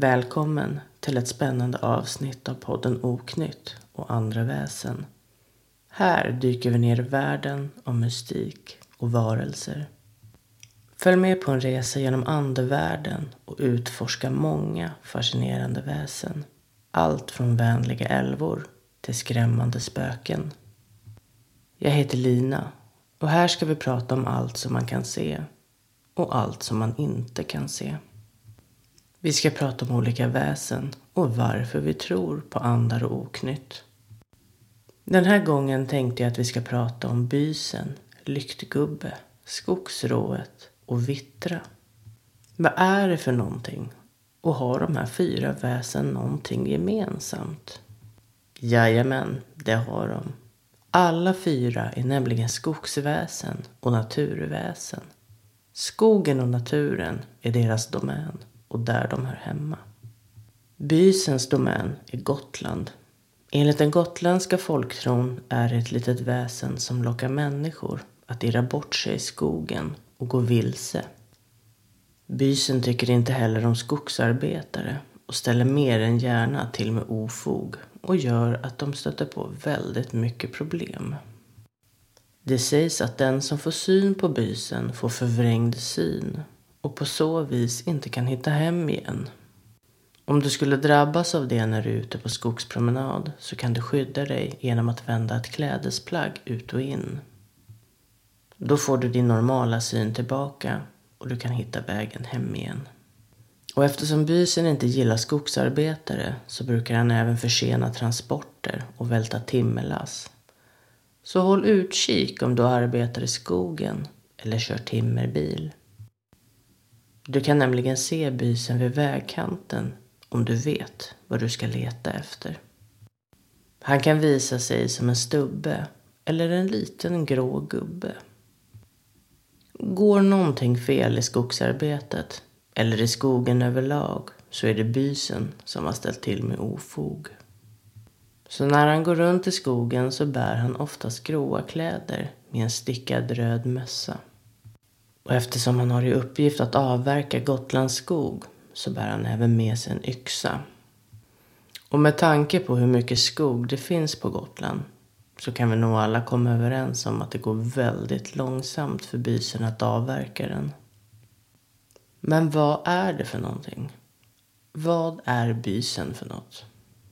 Välkommen till ett spännande avsnitt av podden Oknytt och andra väsen. Här dyker vi ner i världen av mystik och varelser. Följ med på en resa genom andevärlden och utforska många fascinerande väsen. Allt från vänliga älvor till skrämmande spöken. Jag heter Lina och här ska vi prata om allt som man kan se och allt som man inte kan se. Vi ska prata om olika väsen och varför vi tror på andar och oknytt. Den här gången tänkte jag att vi ska prata om bysen, lyktgubbe, skogsrået och vittra. Vad är det för någonting? Och har de här 4 väsen någonting gemensamt? Jajamän, det har de. Alla 4 är nämligen skogsväsen och naturväsen. Skogen och naturen är deras domän och där de hör hemma. Bysens domän är Gotland. Enligt den gotländska folktron är det ett litet väsen som lockar människor att irra bort sig i skogen och gå vilse. Bysen tycker inte heller om skogsarbetare och ställer mer än gärna till med ofog och gör att de stöter på väldigt mycket problem. Det sägs att den som får syn på bysen får förvrängd syn och på så vis inte kan hitta hem igen. Om du skulle drabbas av det när du är ute på skogspromenad så kan du skydda dig genom att vända ett klädesplagg ut och in. Då får du din normala syn tillbaka och du kan hitta vägen hem igen. Och eftersom bysen inte gillar skogsarbetare så brukar han även försena transporter och välta timmerlass. Så håll utkik om du arbetar i skogen eller kör timmerbil. Du kan nämligen se bysen vid vägkanten om du vet vad du ska leta efter. Han kan visa sig som en stubbe eller en liten grå gubbe. Går någonting fel i skogsarbetet eller i skogen överlag så är det bysen som har ställt till med ofog. Så när han går runt i skogen så bär han oftast gråa kläder med en stickad röd mössa. Och eftersom han har i uppgift att avverka Gotlands skog så bär han även med sig en yxa. Och med tanke på hur mycket skog det finns på Gotland så kan vi nog alla komma överens om att det går väldigt långsamt för bysen att avverka den. Men vad är det för någonting? Vad är bysen för något?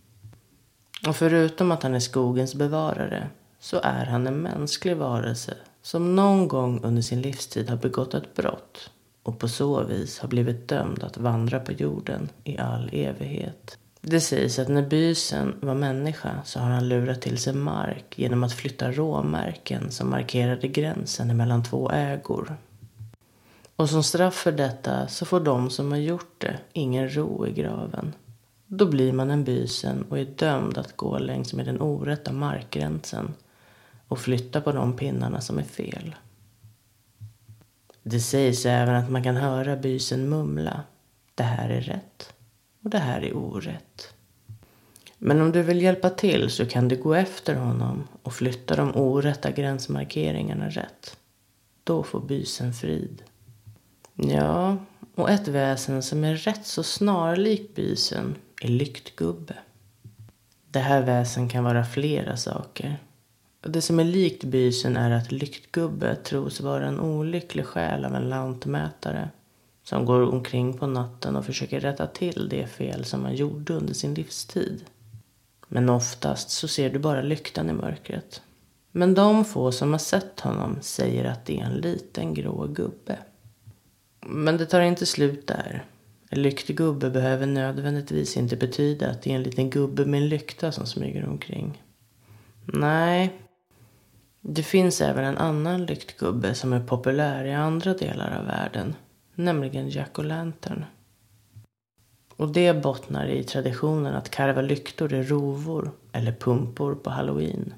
Och förutom att han är skogens bevarare så är han en mänsklig varelse som någon gång under sin livstid har begått ett brott och på så vis har blivit dömd att vandra på jorden i all evighet. Det sägs att när bysen var människa så har han lurat till sig mark genom att flytta råmärken som markerade gränsen mellan 2 ägor. Och som straff för detta så får de som har gjort det ingen ro i graven. Då blir man en bysen och är dömd att gå längs med den orätta markgränsen och flytta på de pinnarna som är fel. Det sägs även att man kan höra bysen mumla: det här är rätt och det här är orätt. Men om du vill hjälpa till så kan du gå efter honom och flytta de orätta gränsmarkeringarna rätt. Då får bysen frid. Ja, och ett väsen som är rätt så snarlik bysen är lyktgubbe. Det här väsen kan vara flera saker. Det som är likt bysen är att lyktgubbe tros vara en olycklig själ av en lantmätare som går omkring på natten och försöker rätta till det fel som han gjorde under sin livstid. Men oftast så ser du bara lyktan i mörkret. Men de få som har sett honom säger att det är en liten grå gubbe. Men det tar inte slut där. En lyktgubbe behöver nödvändigtvis inte betyda att det är en liten gubbe med en lykta som smyger omkring. Nej, det finns även en annan lyktgubbe som är populär i andra delar av världen, nämligen Jack-o'-lantern. Och det bottnar i traditionen att karva lyktor i rovor eller pumpor på Halloween.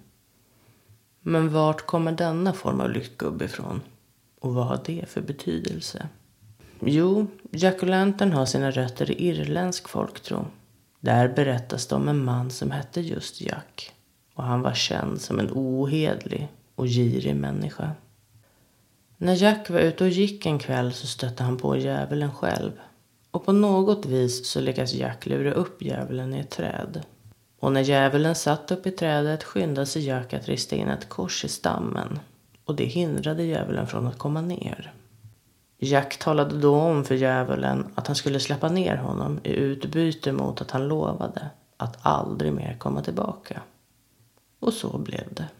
Men vart kommer denna form av lyktgubbe ifrån? Och vad har det för betydelse? Jo, Jack-o'-lantern har sina rötter i irländsk folktro. Där berättas det om en man som hette just Jack. Och han var känd som en ohedlig och girig människa. När Jack var ute och gick en kväll så stötte han på djävulen själv. Och på något vis så lyckas Jack lura upp djävulen i ett träd. Och när djävulen satt upp i trädet skyndade sig Jack att rista in ett kors i stammen. Och det hindrade djävulen från att komma ner. Jack talade då om för djävulen att han skulle släppa ner honom i utbyte mot att han lovade att aldrig mer komma tillbaka. Och så blev det.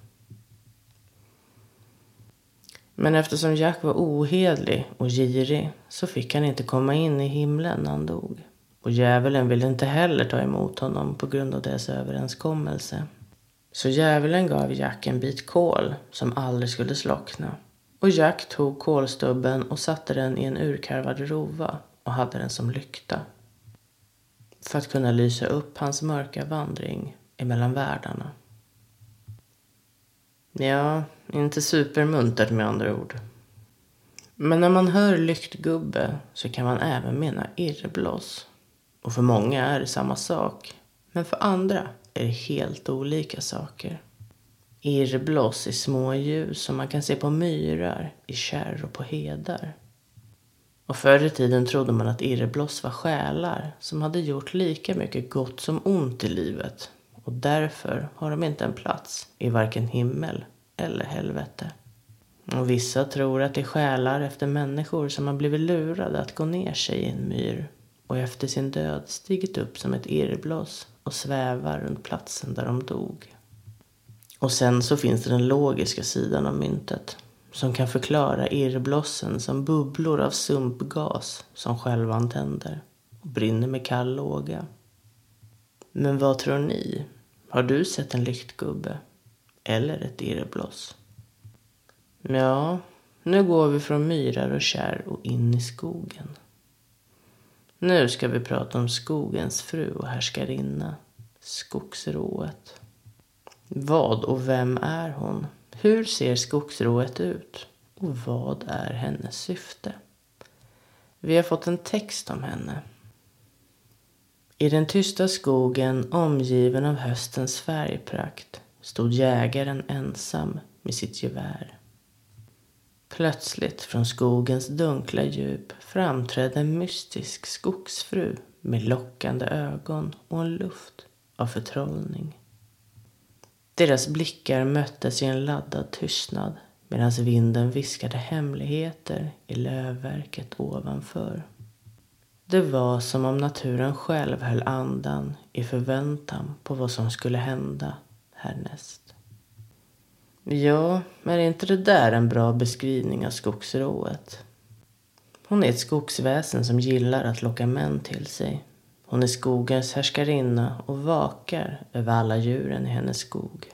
Men eftersom Jack var ohederlig och girig så fick han inte komma in i himlen när han dog. Och djävulen ville inte heller ta emot honom på grund av deras överenskommelse. Så djävulen gav Jack en bit kol som aldrig skulle slockna. Och Jack tog kolstubben och satte den i en urkarvad rova och hade den som lykta. För att kunna lysa upp hans mörka vandring emellan världarna. Ja, inte supermuntert med andra ord. Men när man hör lyktgubbe så kan man även mena irrbloss. Och för många är det samma sak. Men för andra är det helt olika saker. Irrbloss är små ljus som man kan se på myrar, i kärr och på hedar. Och förr i tiden trodde man att irrbloss var själar som hade gjort lika mycket gott som ont i livet. Och därför har de inte en plats i varken himmel eller helvete. Och vissa tror att det är själar efter människor som har blivit lurade att gå ner sig i en myr. Och efter sin död stigit upp som ett irrbloss och svävar runt platsen där de dog. Och sen så finns det den logiska sidan av myntet. Som kan förklara irrblossen som bubblor av sumpgas som själva tänder och brinner med kall låga. Men vad tror ni? Har du sett en lyktgubbe? Eller ett irrbloss? Ja, nu går vi från myrar och kärr och in i skogen. Nu ska vi prata om skogens fru och härskarinna, skogsrået. Vad och vem är hon? Hur ser skogsrået ut? Och vad är hennes syfte? Vi har fått en text om henne. I den tysta skogen, omgiven av höstens färgprakt, stod jägaren ensam med sitt gevär. Plötsligt från skogens dunkla djup framträdde en mystisk skogsfru med lockande ögon och en luft av förtrollning. Deras blickar möttes i en laddad tystnad medan vinden viskade hemligheter i lövverket ovanför. Det var som om naturen själv höll andan i förväntan på vad som skulle hända härnäst. Ja, men är inte det där en bra beskrivning av skogsrået? Hon är ett skogsväsen som gillar att locka män till sig. Hon är skogens härskarinna och vakar över alla djuren i hennes skog.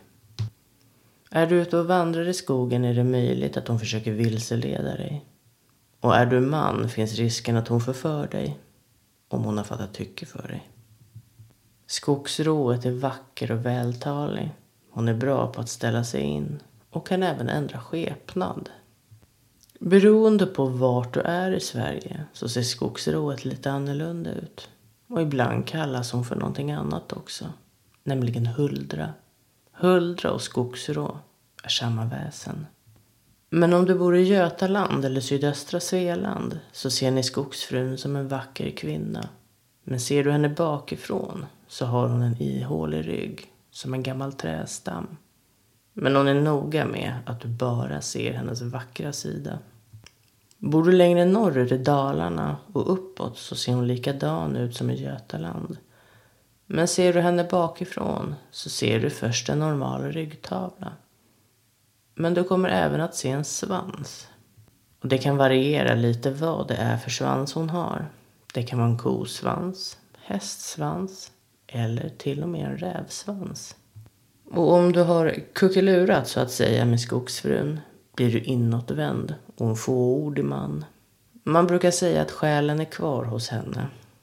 Är du ute och vandrar i skogen är det möjligt att hon försöker vilseleda dig. Och är du man finns risken att hon förför dig, om hon har fattat tycke för dig. Skogsrået är vacker och vältalig. Hon är bra på att ställa sig in och kan även ändra skepnad. Beroende på vart du är i Sverige så ser skogsrået lite annorlunda ut. Och ibland kallas hon för någonting annat också, nämligen huldra. Huldra och skogsrå är samma väsen. Men om du bor i Götaland eller sydöstra Svealand så ser ni skogsfrun som en vacker kvinna. Men ser du henne bakifrån så har hon en ihålig rygg som en gammal trästam. Men hon är noga med att du bara ser hennes vackra sida. Bor du längre norrut i Dalarna och uppåt så ser hon likadan ut som i Götaland. Men ser du henne bakifrån så ser du först en normal ryggtavla. Men du kommer även att se en svans. Och det kan variera lite vad det är för svans hon har. Det kan vara en kosvans, hästsvans eller till och med en rävsvans. Och om du har kuckelurat så att säga med skogsfrun blir du inåtvänd och en fåordig man. Man brukar säga att själen är kvar hos henne.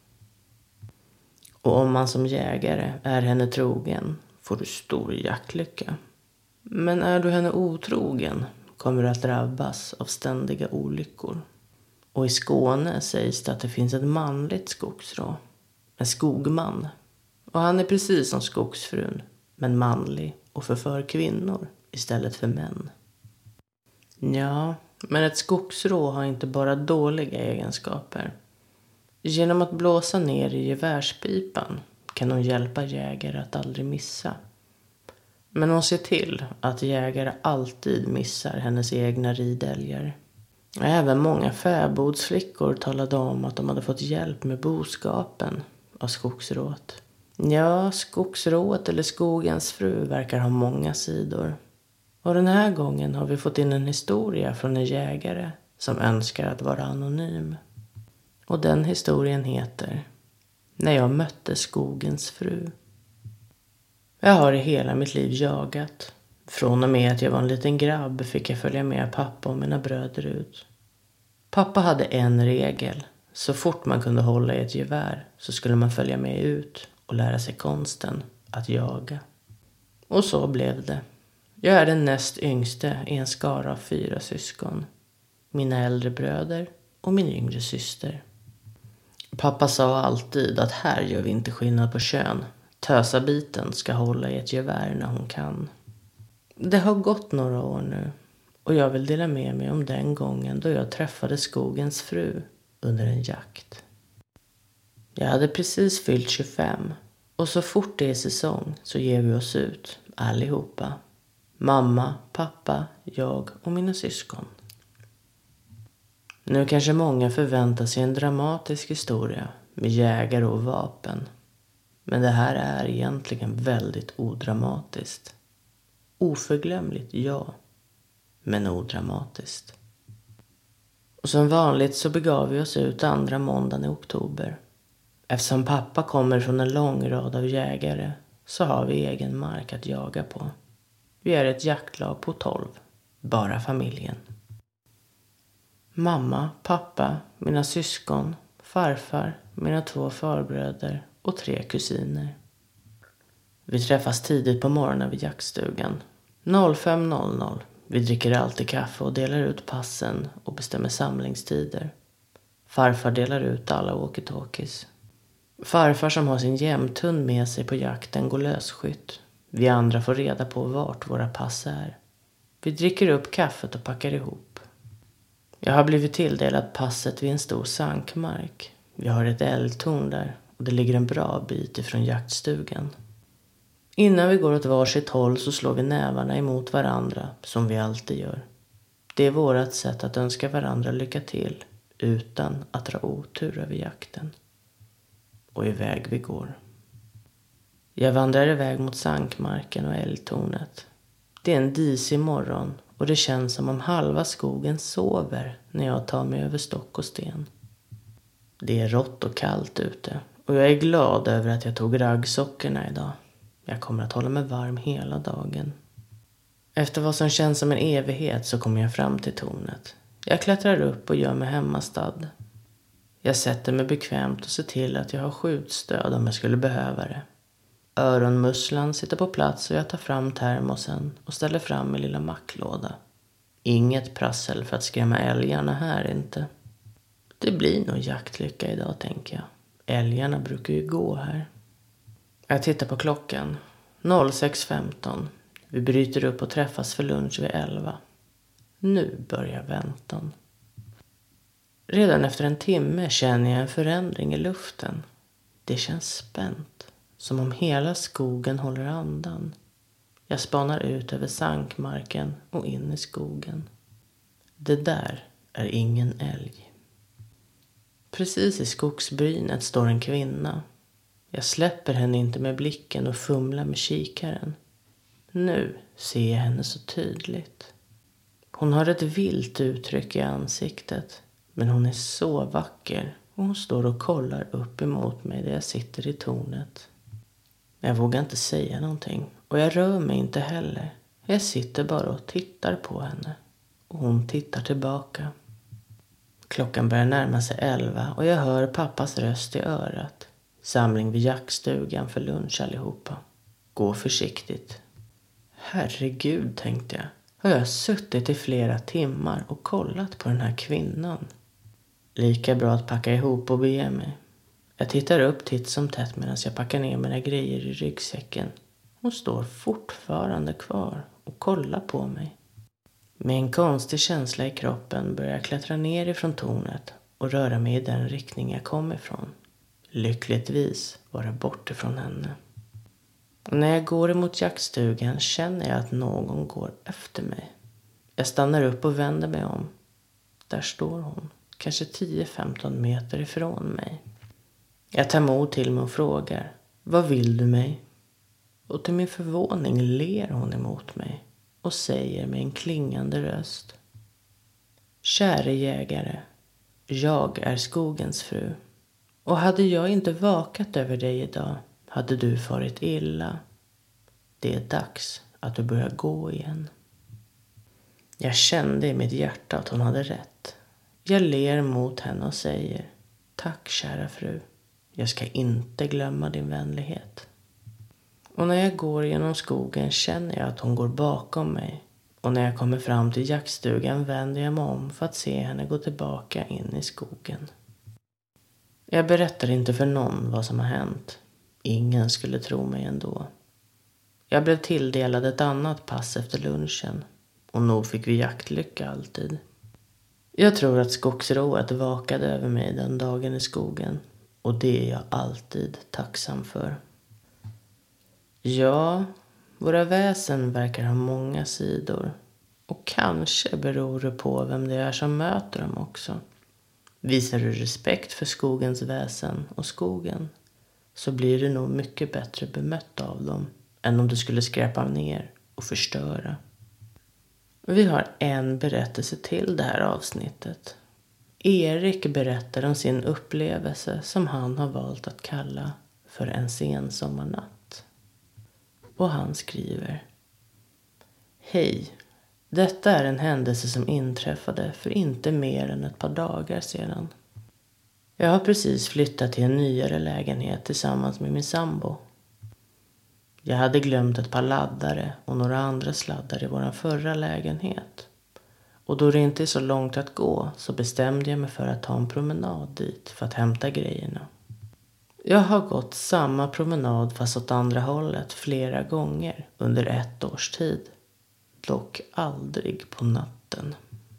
Och om man som jägare är henne trogen får du stor jaktlycka. Men är du henne otrogen kommer du att drabbas av ständiga olyckor. Och i Skåne sägs det att det finns ett manligt skogsrå. En skogman. Och han är precis som skogsfrun, men manlig och förför kvinnor istället för män. Ja, men ett skogsrå har inte bara dåliga egenskaper. Genom att blåsa ner i gevärspipan kan hon hjälpa jägare att aldrig missa. Men hon ser till att jägare alltid missar hennes egna ridälgar. Även många fäbodsflickor talade om att de hade fått hjälp med boskapen av skogsrået. Ja, skogsrået eller skogens fru verkar ha många sidor. Och den här gången har vi fått in en historia från en jägare som önskar att vara anonym. Och den historien heter När jag mötte skogens fru. Jag har i hela mitt liv jagat. Från och med att jag var en liten grabb fick jag följa med pappa och mina bröder ut. Pappa hade en regel. Så fort man kunde hålla i ett gevär så skulle man följa med ut och lära sig konsten att jaga. Och så blev det. Jag är den näst yngste i en skara av 4 syskon. Mina äldre bröder och min yngre syster. Pappa sa alltid att här gör vi inte skillnad på kön. Tösabiten ska hålla i ett gevär när hon kan. Det har gått några år nu och jag vill dela med mig om den gången då jag träffade skogens fru under en jakt. Jag hade precis fyllt 25 och så fort det är säsong så ger vi oss ut, allihopa. Mamma, pappa, jag och mina syskon. Nu kanske många förväntar sig en dramatisk historia med jägare och vapen. Men det här är egentligen väldigt odramatiskt. Oförglömligt, ja. Men odramatiskt. Och som vanligt så begav vi oss ut andra måndagen i oktober. Eftersom pappa kommer från en lång rad av jägare så har vi egen mark att jaga på. Vi är ett jaktlag på 12. Bara familjen. Mamma, pappa, mina syskon, farfar, mina 2 farbröder och 3 kusiner. Vi träffas tidigt på morgonen vid jaktstugan. 05:00. Vi dricker alltid kaffe och delar ut passen och bestämmer samlingstider. Farfar delar ut alla walkie-talkies. Farfar som har sin jämthund med sig på jakten går lösskytt. Vi andra får reda på vart våra pass är. Vi dricker upp kaffet och packar ihop. Jag har blivit tilldelad passet vid en stor sankmark. Vi har ett älgtorn där och det ligger en bra bit ifrån jaktstugan. Innan vi går åt varsitt håll så slår vi nävarna emot varandra som vi alltid gör. Det är vårat sätt att önska varandra lycka till utan att dra otur över jakten. Och iväg vi går. Jag vandrar iväg mot sankmarken och älgtornet. Det är en disig morgon och det känns som om halva skogen sover när jag tar mig över stock och sten. Det är rått och kallt ute och jag är glad över att jag tog raggsockorna idag. Jag kommer att hålla mig varm hela dagen. Efter vad som känns som en evighet så kommer jag fram till tornet. Jag klättrar upp och gör mig hemmastad. Jag sätter mig bekvämt och ser till att jag har skjutstöd om jag skulle behöva det. Öronmusslan sitter på plats och jag tar fram termosen och ställer fram min lilla macklåda. Inget prassel för att skrämma älgarna här inte. Det blir nog jaktlycka idag, tänker jag. Älgarna brukar ju gå här. Jag tittar på klockan. 06:15. Vi bryter upp och träffas för lunch vid 11. Nu börjar väntan. Redan efter en timme känner jag en förändring i luften. Det känns spänt. Som om hela skogen håller andan. Jag spanar ut över sankmarken och in i skogen. Det där är ingen älg. Precis i skogsbrynet står en kvinna. Jag släpper henne inte med blicken och fumlar med kikaren. Nu ser jag henne så tydligt. Hon har ett vilt uttryck i ansiktet. Men hon är så vacker och hon står och kollar upp emot mig där jag sitter i tornet. Jag vågar inte säga någonting och jag rör mig inte heller. Jag sitter bara och tittar på henne och hon tittar tillbaka. Klockan börjar närma sig 11 och jag hör pappas röst i örat. Samling vid jaktstugan för lunch allihopa. Gå försiktigt. Herregud, tänkte jag. Har jag suttit i flera timmar och kollat på den här kvinnan? Lika bra att packa ihop och bege mig. Jag tittar upp titt som tätt medan jag packar ner mina grejer i ryggsäcken. Hon står fortfarande kvar och kollar på mig. Med en konstig känsla i kroppen börjar jag klättra ner ifrån tornet och röra mig i den riktning jag kom ifrån. Lyckligtvis var det bort ifrån henne. Och när jag går emot jaktstugan känner jag att någon går efter mig. Jag stannar upp och vänder mig om. Där står hon, kanske 10-15 meter ifrån mig. Jag tar mod till mig och frågar, vad vill du mig? Och till min förvåning ler hon emot mig och säger med en klingande röst. Käre jägare, jag är skogens fru. Och hade jag inte vakat över dig idag hade du farit illa. Det är dags att du börjar gå igen. Jag kände i mitt hjärta att hon hade rätt. Jag ler mot henne och säger, tack kära fru. Jag ska inte glömma din vänlighet. Och när jag går genom skogen känner jag att hon går bakom mig. Och när jag kommer fram till jaktstugan vänder jag mig om för att se henne gå tillbaka in i skogen. Jag berättar inte för någon vad som har hänt. Ingen skulle tro mig ändå. Jag blev tilldelad ett annat pass efter lunchen. Och nog fick vi jaktlycka alltid. Jag tror att skogsrået vakade över mig den dagen i skogen. Och det är jag alltid tacksam för. Ja, våra väsen verkar ha många sidor. Och kanske beror det på vem det är som möter dem också. Visar du respekt för skogens väsen och skogen så blir du nog mycket bättre bemött av dem än om du skulle skräpa ner och förstöra. Vi har en berättelse till det här avsnittet. Erik berättar om sin upplevelse som han har valt att kalla för en sensommarnatt. Och han skriver: Hej, detta är en händelse som inträffade för inte mer än ett par dagar sedan. Jag har precis flyttat till en nyare lägenhet tillsammans med min sambo. Jag hade glömt ett par laddare och några andra sladdar i vår förra lägenhet. Och då det inte är så långt att gå så bestämde jag mig för att ta en promenad dit för att hämta grejerna. Jag har gått samma promenad fast åt andra hållet flera gånger under 1 års tid. Dock aldrig på natten.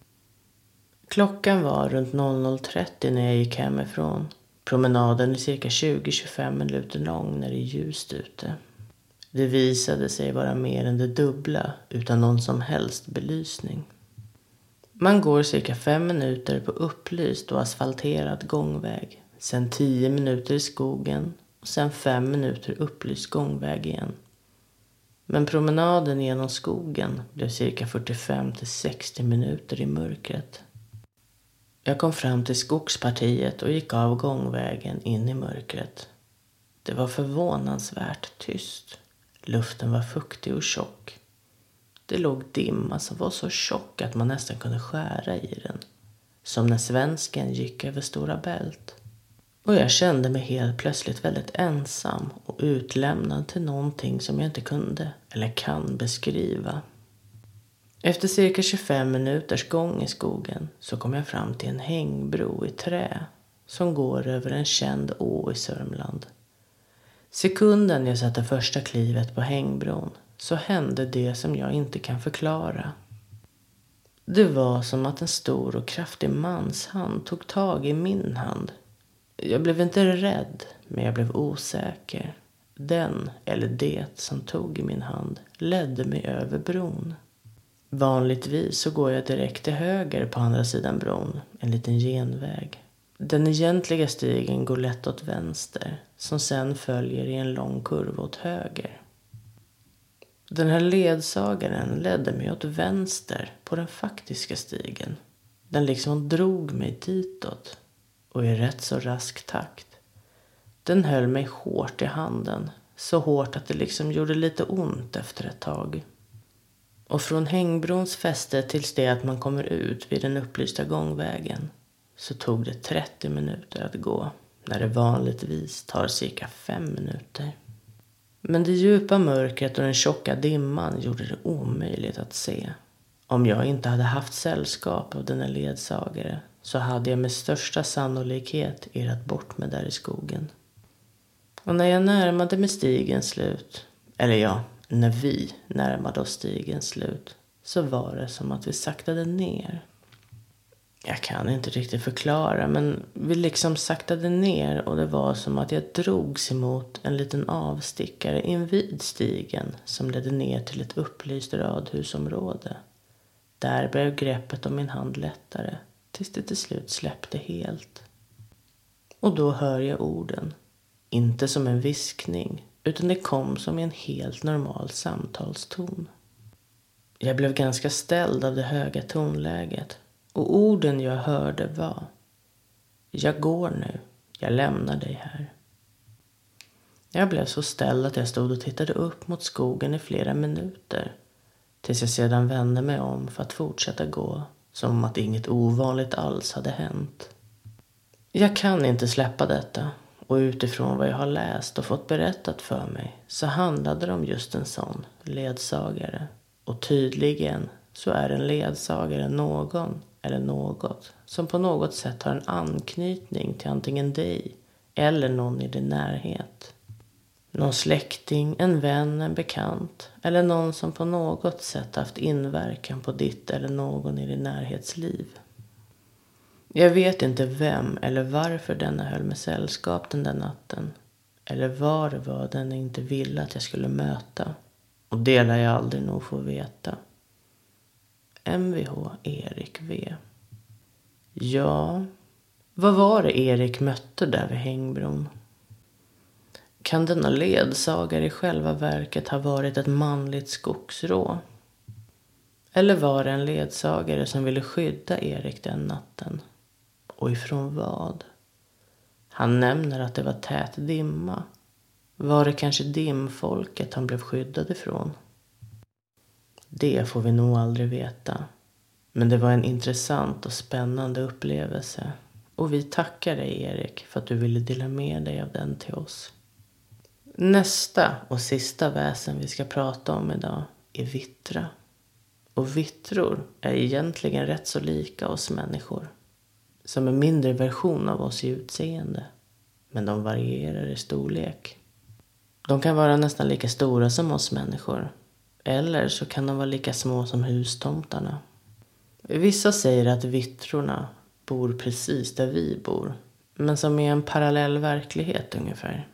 Klockan var runt 00:30 när jag gick hemifrån. Promenaden är cirka 20-25 minuter lång när det är ljust ute. Det visade sig vara mer än det dubbla utan någon som helst belysning. Man går cirka 5 minuter på upplyst och asfalterad gångväg. Sen 10 minuter i skogen och sen 5 minuter upplyst gångväg igen. Men promenaden genom skogen blev cirka 45-60 minuter i mörkret. Jag kom fram till skogspartiet och gick av gångvägen in i mörkret. Det var förvånansvärt tyst. Luften var fuktig och tjock. Det låg dimma som var så tjock att man nästan kunde skära i den. Som när svensken gick över Stora Bält. Och jag kände mig helt plötsligt väldigt ensam och utlämnad till någonting som jag inte kunde eller kan beskriva. Efter cirka 25 minuters gång i skogen så kom jag fram till en hängbro i trä som går över en känd å i Sörmland. Sekunden jag satte första klivet på hängbron så hände det som jag inte kan förklara. Det var som att en stor och kraftig manshand tog tag i min hand. Jag blev inte rädd, men jag blev osäker. Den eller det som tog i min hand ledde mig över bron. Vanligtvis så går jag direkt till höger på andra sidan bron, en liten genväg. Den egentliga stigen går lätt åt vänster, som sen följer i en lång kurva åt höger. Den här ledsagaren ledde mig åt vänster på den faktiska stigen. Den liksom drog mig ditåt och i rätt så rask takt. Den höll mig hårt i handen, så hårt att det liksom gjorde lite ont efter ett tag. Och från hängbrons fäste tills det att man kommer ut vid den upplysta gångvägen så tog det 30 minuter att gå, när det vanligtvis tar cirka 5 minuter. Men det djupa mörkret och den tjocka dimman gjorde det omöjligt att se. Om jag inte hade haft sällskap av denna ledsagare så hade jag med största sannolikhet irrat bort mig där i skogen. Och när jag närmade mig stigens slut, eller ja, när vi närmade oss stigens slut, så var det som att vi saktade ner. Jag kan inte riktigt förklara, men vi liksom saktade ner och det var som att jag drogs emot en liten avstickare invid stigen som ledde ner till ett upplyst radhusområde. Där blev greppet om min hand lättare tills det till slut släppte helt. Och då hör jag orden, inte som en viskning utan det kom som i en helt normal samtalston. Jag blev ganska ställd av det höga tonläget. Och orden jag hörde var: jag går nu, jag lämnar dig här. Jag blev så ställd att jag stod och tittade upp mot skogen i flera minuter. Tills jag sedan vände mig om för att fortsätta gå. Som om att inget ovanligt alls hade hänt. Jag kan inte släppa detta. Och utifrån vad jag har läst och fått berättat för mig så handlade det om just en sån ledsagare. Och tydligen så är en ledsagare någon eller något som på något sätt har en anknytning till antingen dig eller någon i din närhet. Någon släkting, en vän, en bekant eller någon som på något sätt haft inverkan på ditt eller någon i din närhetsliv. Jag vet inte vem eller varför denna höll med sällskap den där natten. Eller vad det var den inte ville att jag skulle möta. Och det lär jag aldrig nog få veta. Mvh Erik V. Ja, vad var det Erik mötte där vid hängbron? Kan denna ledsagare i själva verket ha varit ett manligt skogsrå? Eller var det en ledsagare som ville skydda Erik den natten? Och ifrån vad? Han nämner att det var tät dimma. Var det kanske dimfolket han blev skyddad ifrån? Det får vi nog aldrig veta. Men det var en intressant och spännande upplevelse. Och vi tackar dig Erik för att du ville dela med dig av den till oss. Nästa och sista väsen vi ska prata om idag är vittra. Och vittror är egentligen rätt så lika oss människor. Som en mindre version av oss i utseende. Men de varierar i storlek. De kan vara nästan lika stora som oss människor. Eller så kan de vara lika små som hustomtarna. Vissa säger att vittrorna bor precis där vi bor. Men som är en parallell verklighet ungefär.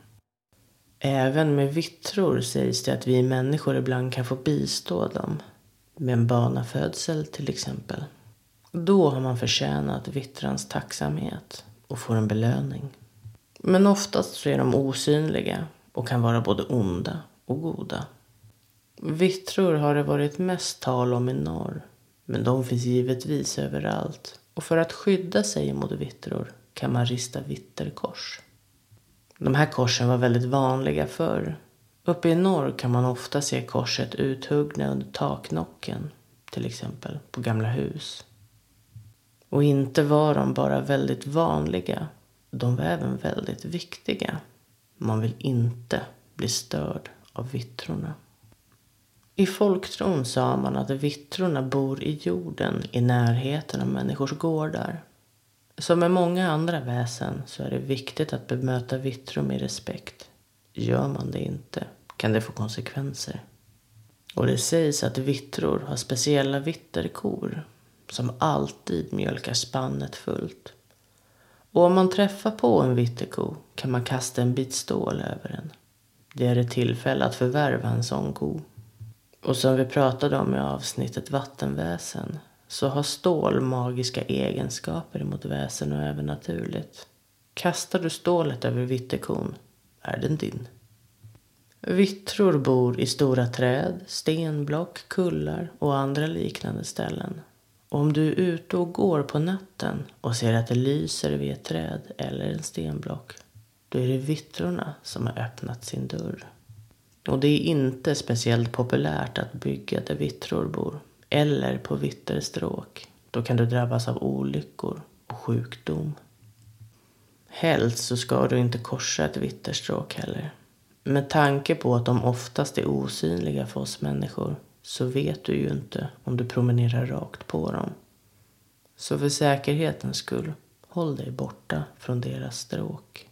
Även med vittror sägs det att vi människor ibland kan få bistå dem. Med en barnafödsel till exempel. Då har man förtjänat vittrans tacksamhet och får en belöning. Men oftast så är de osynliga och kan vara både onda och goda. Vittror har det varit mest tal om i norr, men de finns givetvis överallt. Och för att skydda sig mot vittror kan man rista vitterkors. De här korsen var väldigt vanliga förr. Uppe i norr kan man ofta se korset uthuggna under taknocken, till exempel på gamla hus. Och inte var de bara väldigt vanliga, de var även väldigt viktiga. Man vill inte bli störd av vittrorna. I folktron sa man att vittrorna bor i jorden i närheten av människors gårdar. Som med många andra väsen så är det viktigt att bemöta vittror med respekt. Gör man det inte kan det få konsekvenser. Och det sägs att vittror har speciella vitterkor som alltid mjölkar spannet fullt. Och om man träffar på en vitterko kan man kasta en bit stål över den. Det är ett tillfälle att förvärva en sån ko. Och som vi pratade om i avsnittet vattenväsen så har stål magiska egenskaper emot väsen och även naturligt. Kastar du stålet över vitterkon är den din. Vittror bor i stora träd, stenblock, kullar och andra liknande ställen. Och om du är ute och går på natten och ser att det lyser vid ett träd eller en stenblock, då är det vittrorna som har öppnat sin dörr. Och det är inte speciellt populärt att bygga där vittror bor eller på vitterstråk. Då kan du drabbas av olyckor och sjukdom. Helst så ska du inte korsa ett vitterstråk heller. Med tanke på att de oftast är osynliga för oss människor så vet du ju inte om du promenerar rakt på dem. Så för säkerhetens skull, håll dig borta från deras stråk.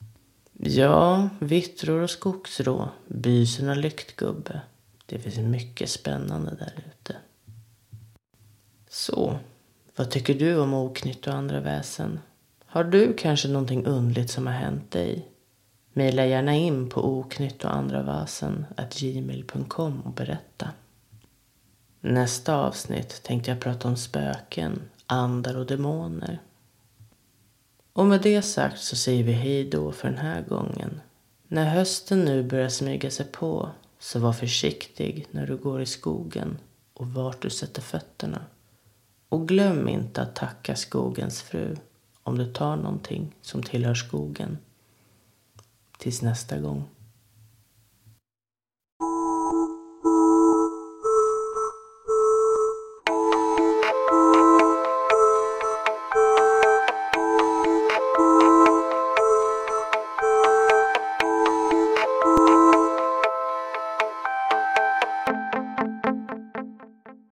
Ja, vittror och skogsrå, bysen och lyktgubbe. Det finns mycket spännande där ute. Så, Vad tycker du om oknytt och andra väsen? Har du kanske någonting undligt som har hänt dig? Maila gärna in på oknyttoandravasen@gmail.com och berätta. Nästa avsnitt tänkte jag prata om spöken, andar och demoner. Och med det sagt så säger vi hej då för den här gången. När hösten nu börjar smyga sig på, så var försiktig när du går i skogen och vart du sätter fötterna. Och glöm inte att tacka skogens fru om du tar någonting som tillhör skogen. Tills nästa gång.